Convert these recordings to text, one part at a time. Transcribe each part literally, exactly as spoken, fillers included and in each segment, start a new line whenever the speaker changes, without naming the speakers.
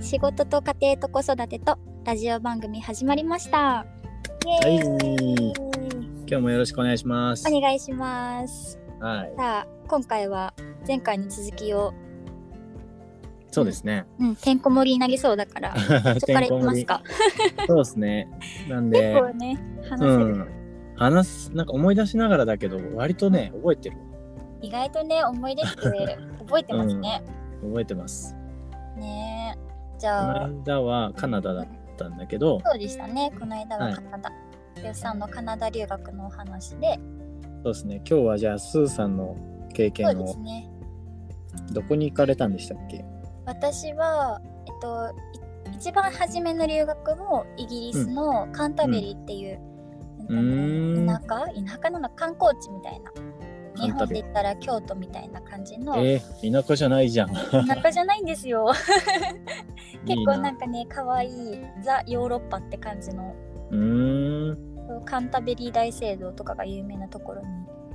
仕事と家庭と子育てとラジオ番組始まりました。
イエーイ、はい、今日もよろしくお願いします。
お願いします。
はい。
さあ今回は前回の続きを。
そうですね。
うん、うん、てんこ盛りになりそうだからそこからいきますか。
そうですね。なんで
結構ね話せる、うん、
話すなんか思い出しながらだけど割とね覚えてる。
意外とね思い出って覚えてますね。
うん、覚えてます
ね。じゃあ
この間はカナダだったんだけど、
そうでしたね。この間はカナダ、はい、よっさんのカナダ留学のお話で。
そうですね。今日はじゃあスーさんの経験を。そうですね。どこに行かれたんでしたっけ？
私は、えっと、一番初めの留学もイギリスのカンタベリーっていう、うん、田舎田舎なの観光地みたいな。日本で言ったら京都みたいな感じの。
えー、田舎じゃないじゃん。
田舎じゃないんですよ。結構なんかね可愛いザ・ヨーロッパって感じの。うーんカンタベリー大聖堂とかが有名なところに行って、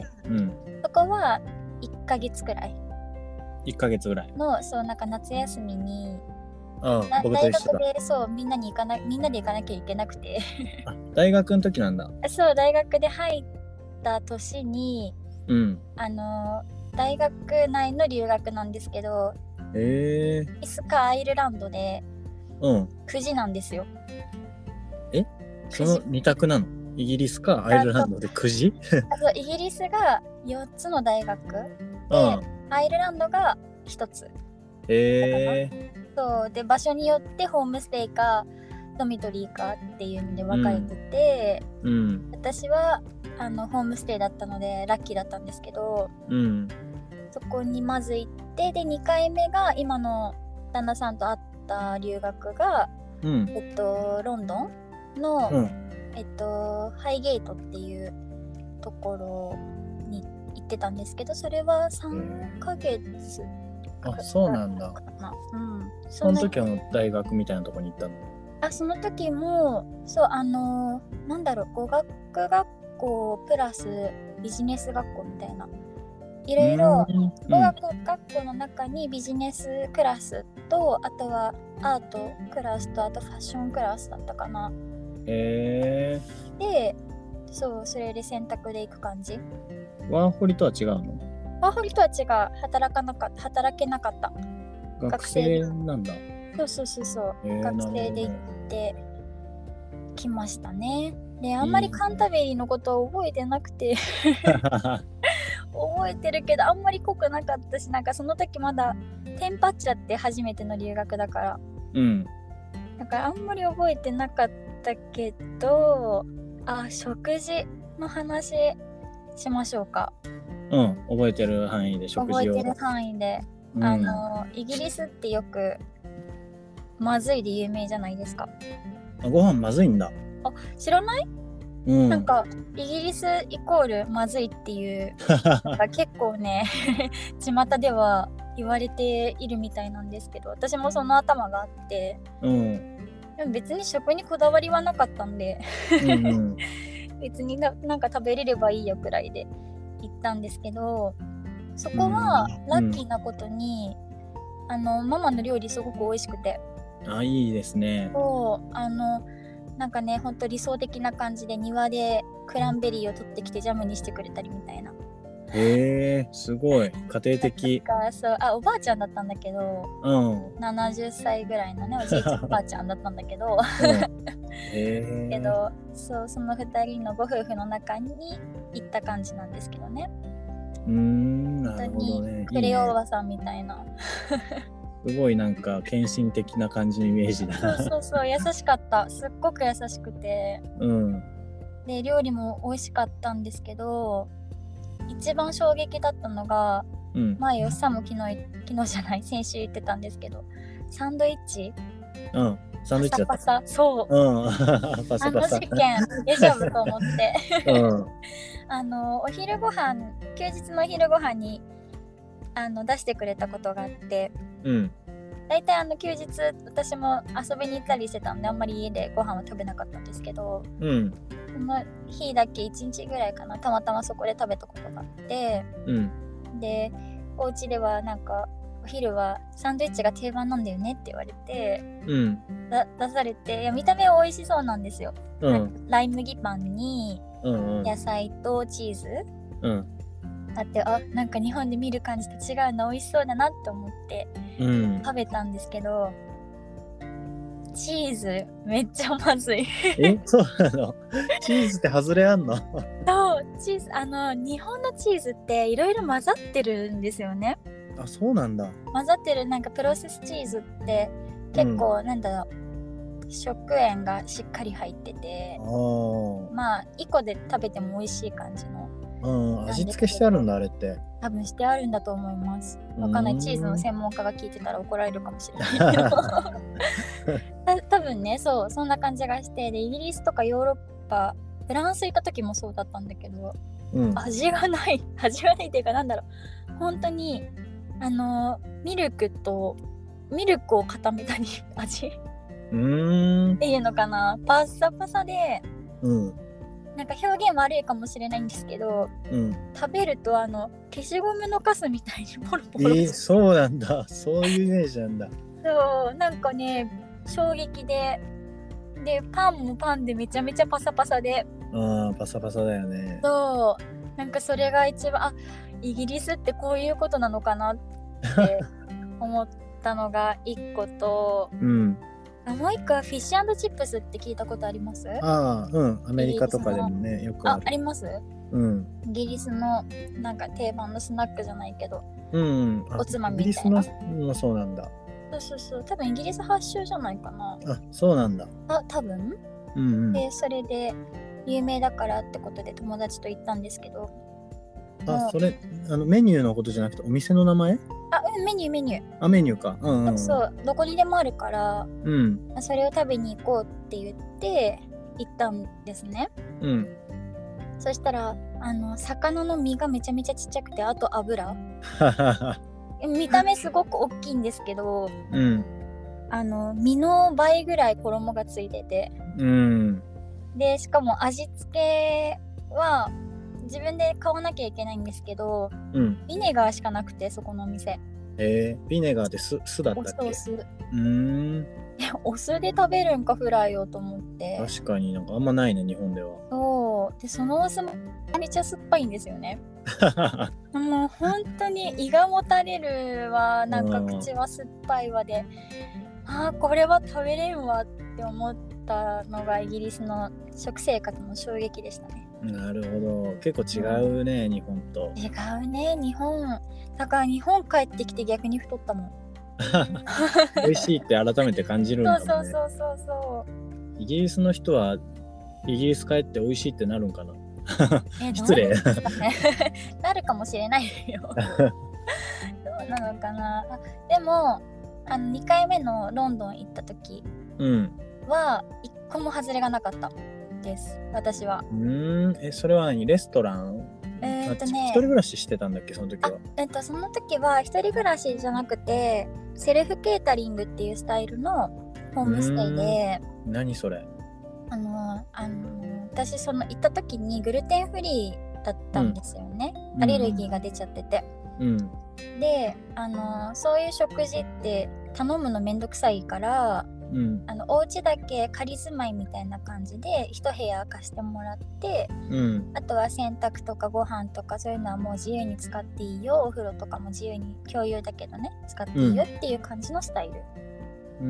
うんうん、そこはいっかげつくらい
いっかげつぐらい
のそうなんか夏休みに、
ああ僕と一緒だ。
大学でそうみんなに行かなみんなで行かなきゃいけなくて
あ大学の時なんだ。
そう大学で入った年に、うん、あの大学内の留学なんですけど、えー、イスかアイルランドでくじなんですよ。
えそのに択なの？イギリスかアイルランドでくじ？
あそうイギリスがよっつの大学で、アイルランドがひとつ。へえー。そうで場所によってホームステイかドミトリーかっていうので分かれてて、うんうん、私はあのホームステイだったのでラッキーだったんですけど、うん、そこにまず行ってでにかいめが今の旦那さんと会った留学が、うん、えっとロンドンの、うん、えっとハイゲートっていうところに行ってたんですけど、それはさんかげつ、
あ、そうなんだ。うん、その時は大学みたいなとこに行ったの？
あ、その時もそうあのー、なんだろう語学学校プラスビジネス学校みたいないろいろ語学学校の中にビジネスクラスと、あとはアートクラスとあとファッションクラスだったかな。へー。で、そうそれで選択で行く感じ。
ワーホリとは違うの？
ワーホリとは違う。働かなかった働けなかった。
学生なんだ。
そうそうそうそう、えー、学生で行ってきましたね。であんまりカンタベリーのことを覚えてなくて覚えてるけどあんまり濃くなかったし、なんかその時まだテンパっちゃって初めての留学だから、うん、だからあんまり覚えてなかったけど、あ、食事の話しましょうか。
うん、覚えてる範囲で食事を。
覚えてる範囲で、うん、あのイギリスってよくまずいで有名じゃないですか。
あ、ご飯まずいんだ。
あ、知らない？うん、なんかイギリスイコールまずいっていう結構ね巷では言われているみたいなんですけど、私もその頭があって、うん、でも別に食にこだわりはなかったんでうん、うん、別に な, なんか食べれればいいよくらいで行ったんですけど、そこはラッキーなことに、うん、あのママの料理すごく美味しくて。
あ、いいですね。
そうあのなんかねほんと理想的な感じで庭でクランベリーを取ってきてジャムにしてくれたりみたいな。
へえ、すごい家庭的。
かそうあおばあちゃんだったんだけど、うん、ななじゅっさいぐらいのねおじいちゃんおばあちゃんだったんだけど、うん、へけどそうそのふたりのご夫婦の中に行った感じなんですけどね。
うーん、なるほどね。
クレオおばさんみたいな。
すごいなんか献身的な感じのイメージだな。
そうそうそう優しかった。すっごく優しくて、うん、で料理も美味しかったんですけど、一番衝撃だったのが、うん、前よっさんも昨日昨日じゃない先週言ってたんですけど、サンドイッチ、
うん、サンドイッチだった。
パサパサ、そう、うん、パサパサ。あの事件大丈夫と思って、うん、あのお昼ご飯休日のお昼ご飯にあの出してくれたことがあって、うん、だいたいあの休日私も遊びに行ったりしてたんであんまり家でご飯は食べなかったんですけど、うん、その日だけいちにちぐらいかな、たまたまそこで食べたことがあって、うん、でお家ではなんかお昼はサンドイッチが定番なんだよねって言われて、
うん、
だ出されて、いや見た目は美味しそうなんですよ、
うん、
ライ麦パンに
うん、
野菜とチーズ、
うん、
だってあなんか日本で見る感じと違うの美味しそうだなって思って食べたんですけど、うん、チーズめっちゃまずい
え、そうなの？チーズって外れあんの？
そうチーズあの日本のチーズっていろいろ混ざってるんですよね。
あ、そうなんだ。
混ざってるなんかプロセスチーズって結構、うん、なんだろう、食塩がしっかり入ってて、あまあいっこで食べても美味しい感じの、
うん、味付けしてあるんだあれって。
多分してあるんだと思います。わかんない、チーズの専門家が聞いてたら怒られるかもしれないけどた多分ね、そうそんな感じがして、でイギリスとかヨーロッパ、フランス行った時もそうだったんだけど、うん、味がない味がないっていうか、なんだろう、本当にあのミルクとミルクを固めたに味うーんっていうのかな、パッサパサで、うん、なんか表現悪いかもしれないんですけど、うん、食べるとあの消しゴムのカスみたいにポロポロ、
えー、そうなんだ、そういうイメージなんだ
そうなんかね衝撃で、でパンもパンでめちゃめちゃパサパサで、
あーパサパサだよね。
そうなんかそれが一番、あイギリスってこういうことなのかなって思ったのが一個と、うん、もう一個はフィッシュ&チップスって聞いたことあります？
ああ、うん、アメリカとかでもねよくある。
あ、あります？うん。イギリスのなんか定番のスナックじゃないけど、うん、おつまみみたいな。イギリス
のそうなんだ。
そうそうそう、多分イギリス発祥じゃないかな。
あ、そうなんだ。
あ、多分。うんうん。でそれで有名だからってことで友達と行ったんですけど。
あ、それあのメニューのことじゃなくてお店の名前？
あ、うん、メニューメニュー。
あ、メニューか。うん、うん、
そう、どこにでもあるから、うん、それを食べに行こうって言って行ったんですね。うん。そしたらあの魚の身がめちゃめちゃちっちゃくて、あと油。見た目すごく大きいんですけど、うん、あの身の倍ぐらい衣がついてて、うん、でしかも味付けは自分で買わなきゃいけないんですけど、うん、ビネガーしかなくて、そこのお店。
えー、ビネガーで酢、酢だったっけ？
お酢、お酢。うーん。お酢で食べるんかフライをと思って。
確かになんかあんまないね、日本では。
そうで、そのお酢もめちゃ酸っぱいんですよねもう本当に胃がもたれるわ、なんか口は酸っぱいわで、あーこれは食べれんわって思ったのがイギリスの食生活の衝撃でしたね。
なるほど、結構違うね、うん、日本と。
違うね、日本。だから日本帰ってきて逆に太ったもん
美味しいって改めて感じるんだもんね。
そうそうそうそうそう。
イギリスの人はイギリス帰って美味しいってなるんかな失礼
なるかもしれないよどうなのかな。あでもあのにかいめのロンドン行った時は、うん、いっこも外れがなかったです私は。
うーん、えそれは何、レストラン？えーっとね、一人暮らししてたんだっけその時は？
えっとその時は一人暮らしじゃなくてセルフケータリングっていうスタイルのホームステイで。
何それ？
あのあの私その行った時にグルテンフリーだったんですよね、うん、アレルギーが出ちゃってて、うん、であのそういう食事って頼むのめんどくさいから、うん、あのお家だけ仮住まいみたいな感じで一部屋貸してもらって、うん、あとは洗濯とかご飯とかそういうのはもう自由に使っていいよ、お風呂とかも自由に共有だけどね使っていいよっていう感じのスタイル、うん、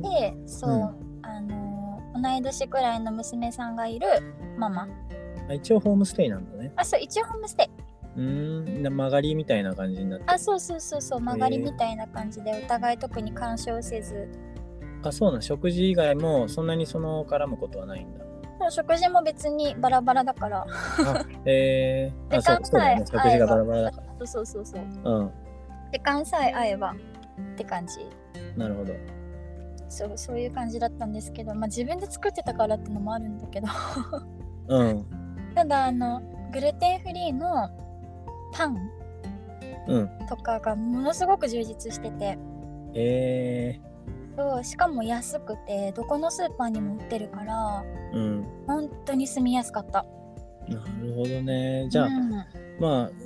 でそう、うん、あの同い年くらいの娘さんがいるママ。
一応ホームステイなんだね。
あ、そう一応ホームステイ。
うーん、曲がりみたいな感じになってる。
あ、そうそうそうそう、曲がりみたいな感じでお互い特に干渉せず。
あ、そうな、食事以外もそんなにその絡むことはないんだ。
もう食事も別にバラバラだから
あ、えー、あ、そうそうだね、食事がバラバラだから。
そうそうそうそう、うん、時間さえ合えばって感じ。
なるほど。
そう、そういう感じだったんですけど、まあ自分で作ってたからってのもあるんだけど
うん、
ただあのグルテンフリーのパンとかがものすごく充実してて、
え
ー、そうしかも安くてどこのスーパーにも売ってるから、うん、本当に住みやすかった。
なるほどね。じゃあ、うん、まあ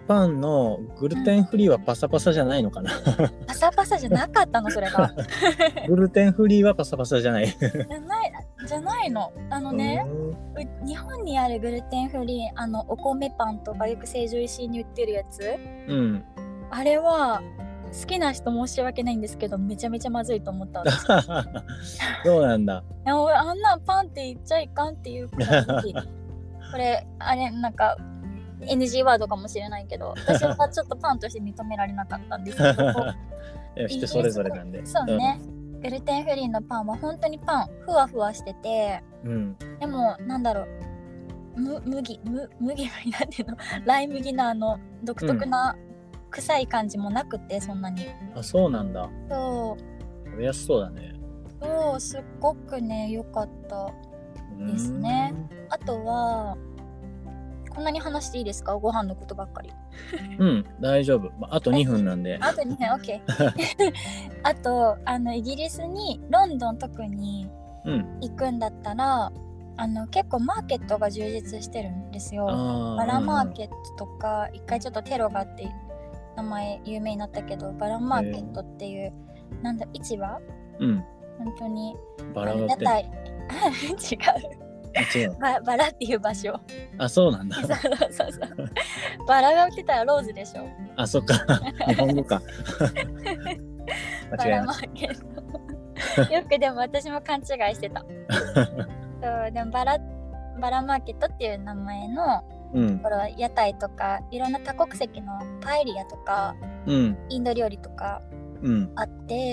パンのグルテンフリーはパサパサじゃないのかな、
うん、パサパサじゃなかったのそれが
グルテンフリーはパサパサじゃないじ
ゃないじゃないの。あのね、日本にあるグルテンフリー、あのお米パンとかよく成城石井に売ってるやつ、
うん、
あれは好きな人申し訳ないんですけどめちゃめちゃまずいと思ったんです
そうなんだ。
あんなパンって言っちゃいかんっていうくらいこれあれなんか エヌジー ワードかもしれないけど私はちょっとパンとして認められなかったんですけど
人それぞれなんで。
そうね、うん、グルテンフリーのパンは本当にパンふわふわしてて、
うん、
でもなんだろうむ麦む麦になっていうのライ麦のあの独特な臭い感じもなくてそんなに、
うん、あそうなんだ。
そう
食べやすそうだね。
そうすっごくね良かったですね。あとはこんなに話していいですか、ご飯のことばっかり
うん大丈夫、あとにふんなんで
あとにふん OK あとあのイギリスにロンドン特に行くんだったら、うん、あの結構マーケットが充実してるんですよ。バラマーケットとか、一回ちょっとテロがあって名前有名になったけどバラマーケットっていうなんだ市場、
うん、
本当に
バラが売って
る違う
違う
バ, バラっていう場所。
あそうなんだ
そうそうそうバラが売ってたらローズでしょ。
あそっか日本語か
バラマーケットよくでも私も勘違いしてたそうでもバラバラマーケットっていう名前の
うん、
これは屋台とかいろんな多国籍のパエリアとか、
うん、
インド料理とかあって、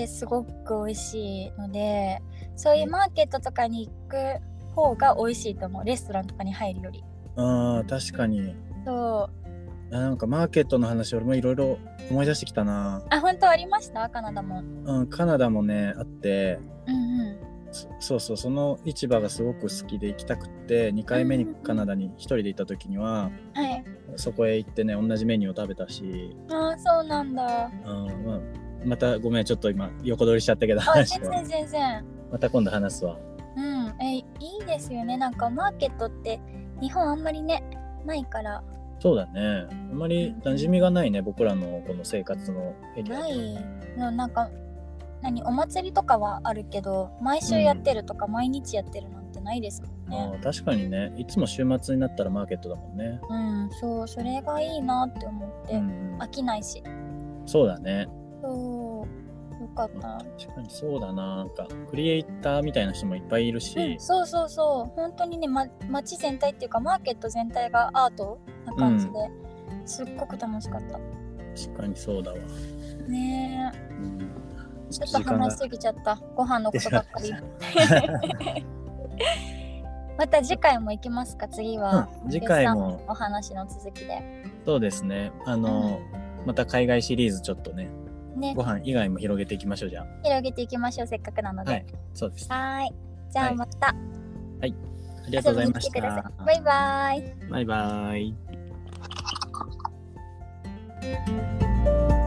うん、
すごく美味しいのでそういうマーケットとかに行く方が美味しいと思う、レストランとかに入るより。
あー確かに。
そう
なんかマーケットの話俺もいろいろ思い出してきたな。
あ本当ありました？カナダも。
うんカナダもねあって、
うんうん、
そ, そうそうその市場がすごく好きで行きたくってにかいめにカナダに一人で行った時には、
うんうんはい、
そこへ行ってね同じメニューを食べたし。
あそうなんだ。
あ、まあ、またごめんちょっと今横取りしちゃったけど
あ全然全然
また今度話すわ。
うんえいいですよね。なんかマーケットって日本あんまりねないから。
そうだねあんまり馴染みがないね、僕らのこの生活のエリア
ないの。なんか何お祭りとかはあるけど毎週やってるとか、うん、毎日やってるなんてないですもんね。
あ確かにねいつも週末になったらマーケットだもんね。
うんそうそれがいいなって思って、うん、飽きないし。
そうだね。
そうよかった。
確かにそうだな。なんかクリエイターみたいな人もいっぱいいるし、
うん、そうそうそう本当にね、ま、街全体っていうかマーケット全体がアートな感じで、うん、すっごく楽しかった。
確かにそうだわ
ねえ、うん、ちょっと話しすぎちゃったご飯のことばっかりまた次回も行きますか？次は、
うん、次回も
お話の続きで。
そうですねあの、うん、また海外シリーズちょっとね
ね、
ご飯以外も広げていきましょう。じゃあ
広げていきましょうせっかくなので。
はいそうです。
はいじゃあまた、はい、
はい、ありがとうございました。
バイバイ。
バイバイ。